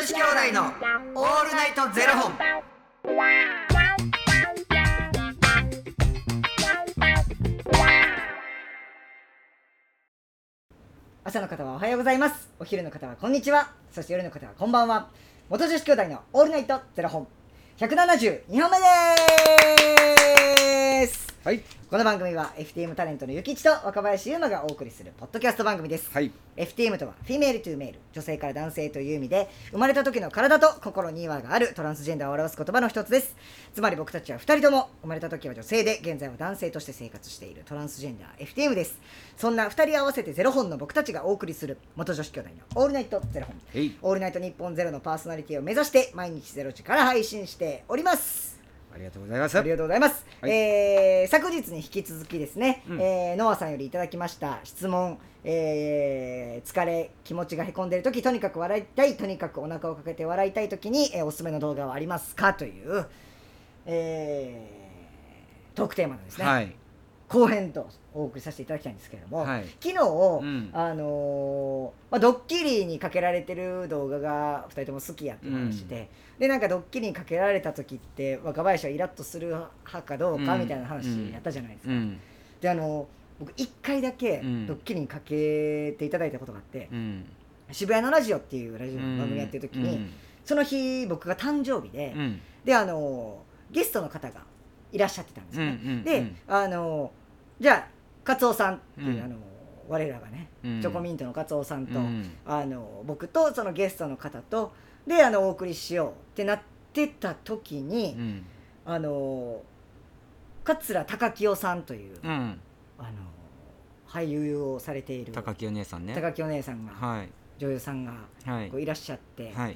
子兄弟のオールナイトゼロ本。 朝の方はおはようございます。お昼の方はこんにちは。そして夜の方はこんばんは。元女子兄弟のオールナイトゼロ本172本目です。 はい、 この番組は FTM タレントのゆきちと若林優馬がお送りするポッドキャスト番組です。 はい、 FTM とはフィメールトゥーメール、女性から男性という意味で、生まれた時の体と心に違和があるトランスジェンダーを表す言葉の一つです。つまり僕たちは2人とも生まれた時は女性で現在は男性として生活しているトランスジェンダー FTM です。そんな2人合わせてゼロ本の僕たちがお送りする元女子兄弟のオールナイトゼロ本、オールナイト日本ゼロのパーソナリティを目指して毎日ゼロ時から配信しております。 ありがとうございます。 ありがとうございます、 はい、 昨日に引き続きですね、ノアさんよりいただきました質問、疲れ、気持ちがへこんでいるとき、とにかく笑いたい、とにかくお腹をかけて笑いたいときに、おすすめの動画はありますかという、トークテーマなんですね、 はい、 後編とお送りさせていただきたいんですけれども、 はい、 昨日、ドうん、 ッキリにかけられてる動画が2人とも好きやっていう話で、でなんかドッキリにかけられた時って若林はイラッとする派かどうかみたいな話やったじゃないですか、で僕1回だけドッキリにかけていただいたことがあって、渋谷のラジオっていうラジオの番組やってる時に、その日僕が誕生日で、でゲストの方がいらっしゃってたんですよね、でじゃあカツオさんっていう、我らがね、チョコミントのカツオさんと、僕とそのゲストの方とでお送りしようってなってた時に、桂高清さんという、俳優をされている高清姉さんね、 高清姉さんが、 はい、 女優さんがこういらっしゃって、 はい、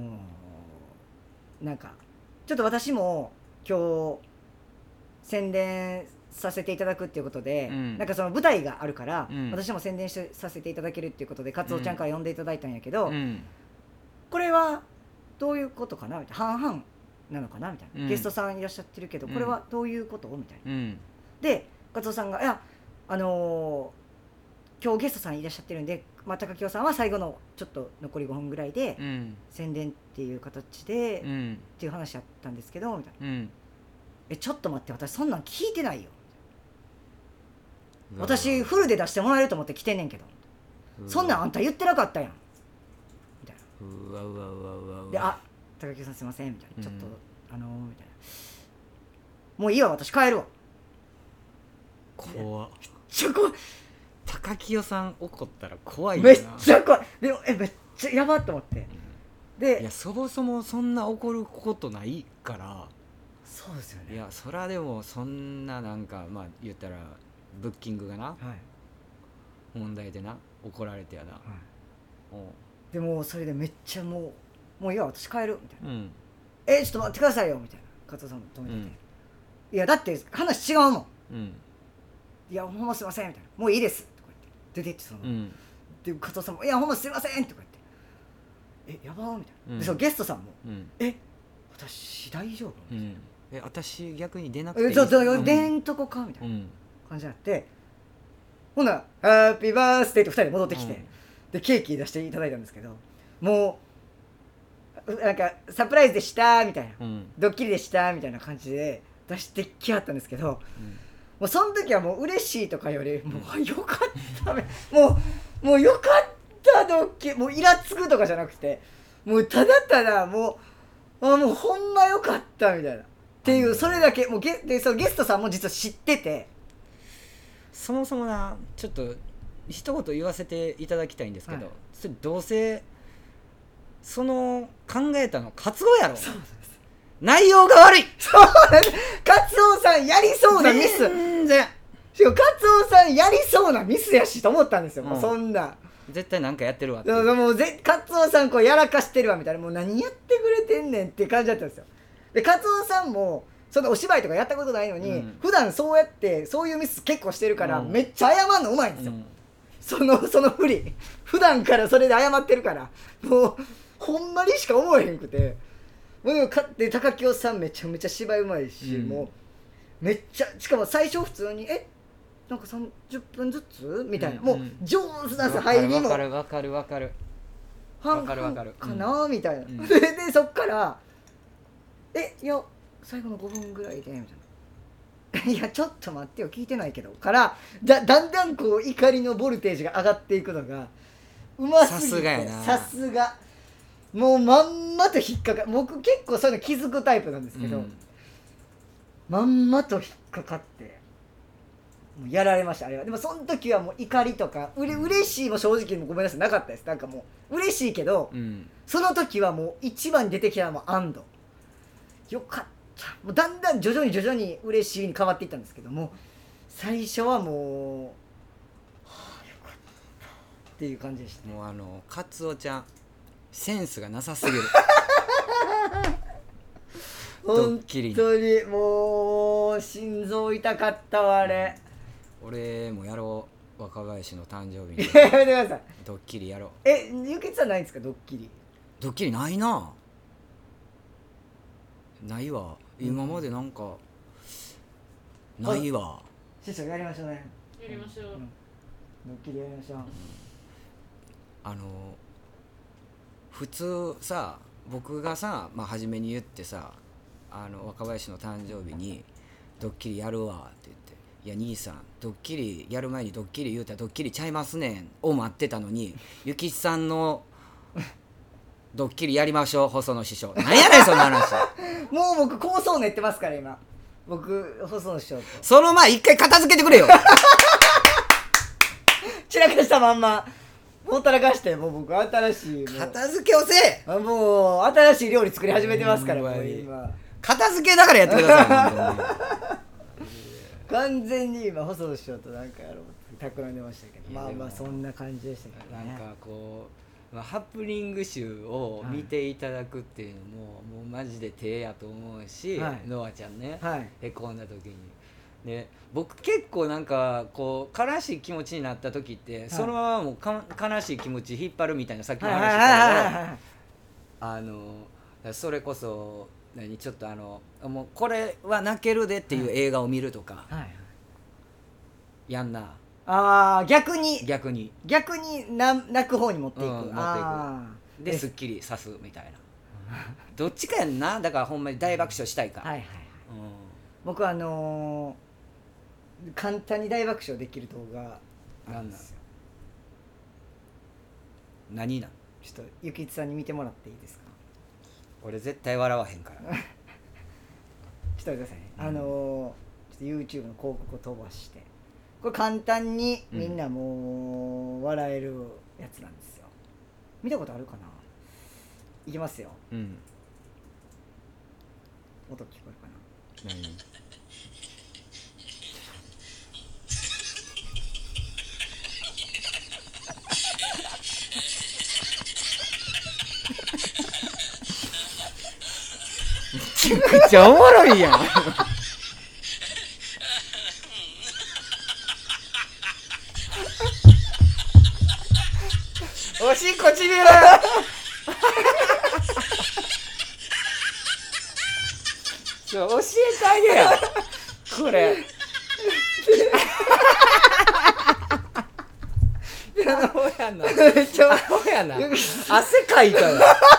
なんかちょっと私も今日宣伝させていただくっていうことで、なんかその舞台があるから、私も宣伝させていただけるっていうことでカツオちゃんから呼んでいただいたんやけど、これはどういうことかなみたいな、半々なのかなみたいな、ゲストさんいらっしゃってるけど、これはどういうことみたいな、でカツオさんがいや今日ゲストさんいらっしゃってるんで、高清さんは最後のちょっと残り5分ぐらいで、宣伝っていう形で、っていう話やったんですけどみたいな、ちょっと待って、私そんなん聞いてないよ、私フルで出してもらえると思って来てんねんけど、そんなんあんた言ってなかったやんみたいな、で高木さんすいませんみたいな、ちょっとみたいな、もういいわ私帰るわ、 怖っ、 めっちゃ怖い、 高清さん怒ったら怖いよな、 めっちゃ怖い、でもめっちゃやばっと思って、でいやそもそもそんな怒ることないから、 そうですよね、 いやそらでもそんななんかまあ言ったらブッキングがな、問題でな怒られてやな、 でもそれでめっちゃもういいわ私帰るみたいな、ちょっと待ってくださいよみたいな、加藤さん止めてて、いやだって話違うもん、いやほんますいませんみたいな、もういいですとか言って出てってその、で加藤さんもいやほんますいませんとか言ってやばーみたいな、でそのゲストさんも、私大丈夫みたいな、 私逆に出なくていい出んとこかみたいな感じになって、ほんならハッピーバースデーと2人で戻ってきて、でケーキ出していただいたんですけど、もうなんかサプライズでしたみたいな、ドッキリでしたみたいな感じで出してきはったんですけど、もうその時はもう嬉しいとかよりもうよかったもうよかったドッキリ、もうイラつくとかじゃなくて、もうただただもうほんまよかったみたいなっていう、それだけもうでそのゲストさんも実は知ってて、 そもそもなちょっと一言言わせていただきたいんですけど、それどうせその考えたのカツオやろ。 そうです、 内容が悪い。 そうなんです、カツオさんやりそうなミス、 全然しかもカツオさんやりそうなミスやしと思ったんですよ、もうそんな絶対なんかやってるわって、 もうカツオさんこうやらかしてるわみたいな、もう何やってくれてんねんって感じだったんですよ。でカツオさんもそのお芝居とかやったことないのに、普段そうやってそういうミス結構してるから、めっちゃ謝るのうまいんですよ、その振り普段からそれで謝ってるから、もうほんまにしか思えへんくて、もうで高清さんめちゃめちゃ芝居うまいし、もうめっちゃ、しかも最初普通になんか30分ずつみたいな、もう上手なんですよ、入りもわかる半わか 々 るかなみたいな、 うんでそっからいや最後の5分ぐらいでみたいないやちょっと待ってよ聞いてないけどからだんだんこう怒りのボルテージが上がっていくのがうますぎて、 さすがやなさすがもうまんまと引っかか僕結構そういうの気づくタイプなんですけど、まんまと引っかかってもうやられましたあれは。でもその時はもう怒りとか嬉しいも正直もごめんなさいなかったです。なんかもう嬉しいけど、その時はもう一番に出てきたのは安堵よかった。もうだんだん徐々に嬉しいに変わっていったんですけども最初はもう、はあ、よかったっていう感じでした。 もうカツオちゃんセンスがなさすぎるドッキリ本当にもう心臓痛かったわあれ。 俺もやろう若林の誕生日にやめてください。 ドッキリやろう。 ゆきつさんないんですかドッキリ。 ドッキリないなないわ今までなんかないわ。 師匠やりましょうね。 やりましょう、 ドッキリやりましょう。 普通さ僕がさ、初めに言ってさ若林の誕生日にドッキリやるわって言って、いや兄さんドッキリやる前にドッキリ言うたらドッキリちゃいますねんを待ってたのにゆきちさんのドッキリやりましょう細野師匠なんやねんその話もう僕構想練ってますから今僕細野師匠とその前一回片付けてくれよ散らかしたまんまほったらかしてもう僕新しい片付けをせえもう新しい料理作り始めてますからもう今片付けだからやってください本完全に今細野師匠となんかやろうって企んでましたけどまあそんな感じでしたけどね。 なんかこうハプニング集を見ていただくっていうのも、もうマジで手やと思うし、ノアちゃんね、へこんだ時にで僕結構なんかこう悲しい気持ちになった時って、そのままもう悲しい気持ち引っ張るみたいなさっきの話だけど、それこそちょっともうこれは泣けるでっていう映画を見るとか、やんな逆に泣く方に持っていく、 ですっきりさすみたいなどっちかやんな。だからほんまに大爆笑したいか、 僕簡単に大爆笑できる動画あるんですよ。 何なんちょっとゆきつさんに見てもらっていいですか。 俺絶対笑わへんからちょっと待ってくださいね、ちょっと YouTube の広告を飛ばしてこれ簡単にみんなもう笑えるやつなんですよ。見たことあるかな。いきますよ、音聞こえるかな。 何めちゃくちゃおもろいやんおしっこちびる教えてあげやこれアホやなアホやな汗かいたよ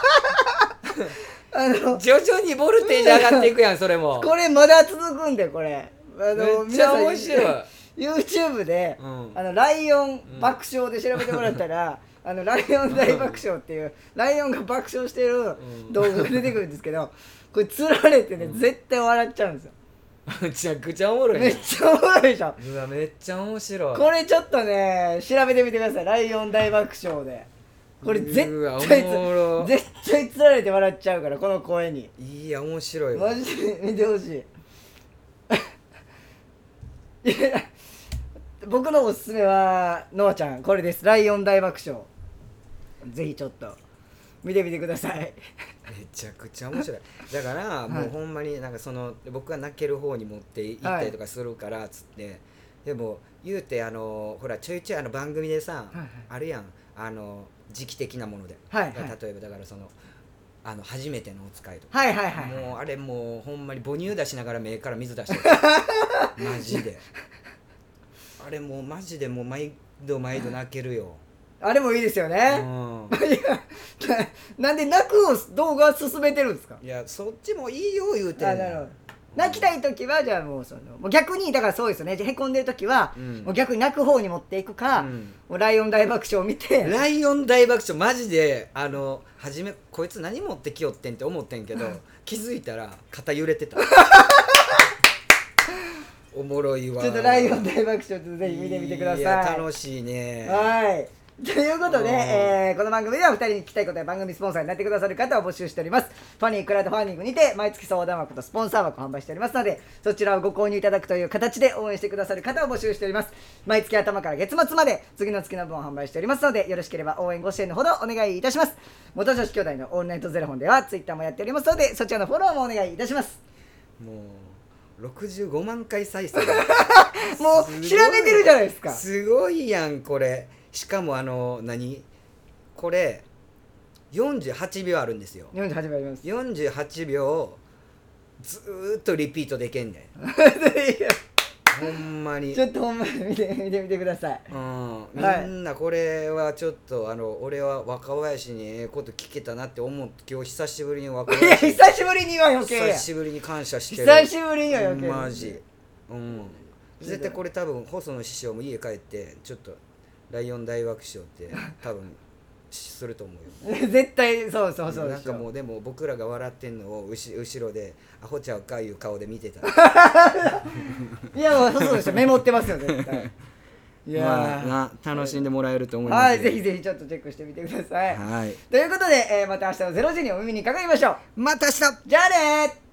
徐々にボルテージ上がっていくやんそれもこれまだ続くんでこれめっちゃ面白い YouTube で、ライオン爆笑で調べてもらったら、ライオン大爆笑っていうライオンが爆笑してる動画が出てくるんですけど、これ釣られてね、絶対笑っちゃうんですよ。 めちゃくちゃおもろい、 めっちゃおもろいでしょ。 うわめっちゃ面白い。 これちょっとね調べてみてください。ライオン大爆笑でこれ絶対釣られて笑っちゃうからこの声に。 いや面白いわマジで見てほしい。いや僕のおすすめはノアちゃんこれです。ライオン大爆笑ぜひちょっと見てみてください。 めちゃくちゃ面白い。だからもうほんまになんかその僕が泣ける方に持っていったりとかするからつって、でも言うてほらちょいちょい番組でさ、あるやん時期的なもので、例えばだからその初めてのお使いとか、もうあれもうほんまに母乳出しながら目から水出してるマジであれもうマジでもう毎度泣けるよ。 あれもいいですよね、いやなんで泣くを動画進めてるんですか。 いやそっちもいいよ言うてんなるほど。泣きたい時はじゃあもうもう逆にだからそうですよね。へこんでる時は、もう逆に泣く方に持っていくか、もうライオン大爆笑を見て。 ライオン大爆笑マジで初めこいつ何持ってきよってんって思ってんけど気づいたら肩揺れてたおもろいわ。 ちょっとライオン大爆笑ぜひ見てみてください。いや楽しいね。 はいということで、この番組では2人に聞きたいことや番組スポンサーになってくださる方を募集しております。ファニークラウドファンディングにて毎月相談枠とスポンサー枠を販売しておりますので、そちらをご購入いただくという形で応援してくださる方を募集しております。毎月頭から月末まで次の月の分を販売しておりますので、よろしければ応援ご支援のほどお願いいたします。元女子兄弟のオールナイトゼロ本ではツイッターもやっておりますので、そちらのフォローもお願いいたします。 もう65万回再生もう調べてるじゃないですか。 すごいやんこれ。しかもこれ48秒あるんですよ。 48秒あります。 48秒ずーっとリピートできんねんほんまにちょっとほんまに見てください。 みんなこれはちょっと俺は若林にええこと聞けたなって思って、今日久しぶりに若林久しぶりには余計や。 久しぶりに感謝してる。 久しぶりには余計マジ絶対これ多分細野師匠も家帰ってちょっとライオン大爆笑って多分すると思うよ絶対そうなんかもうでも僕らが笑ってんのを後ろでアホちゃうかいう顔で見てたいやもうそうでしょ、メモってますよ絶対いや楽しんでもらえると思います。 はいぜひぜひちょっとチェックしてみてください。はいということで、また明日の0時にお耳にかかりましょう。 また明日。 じゃあねー。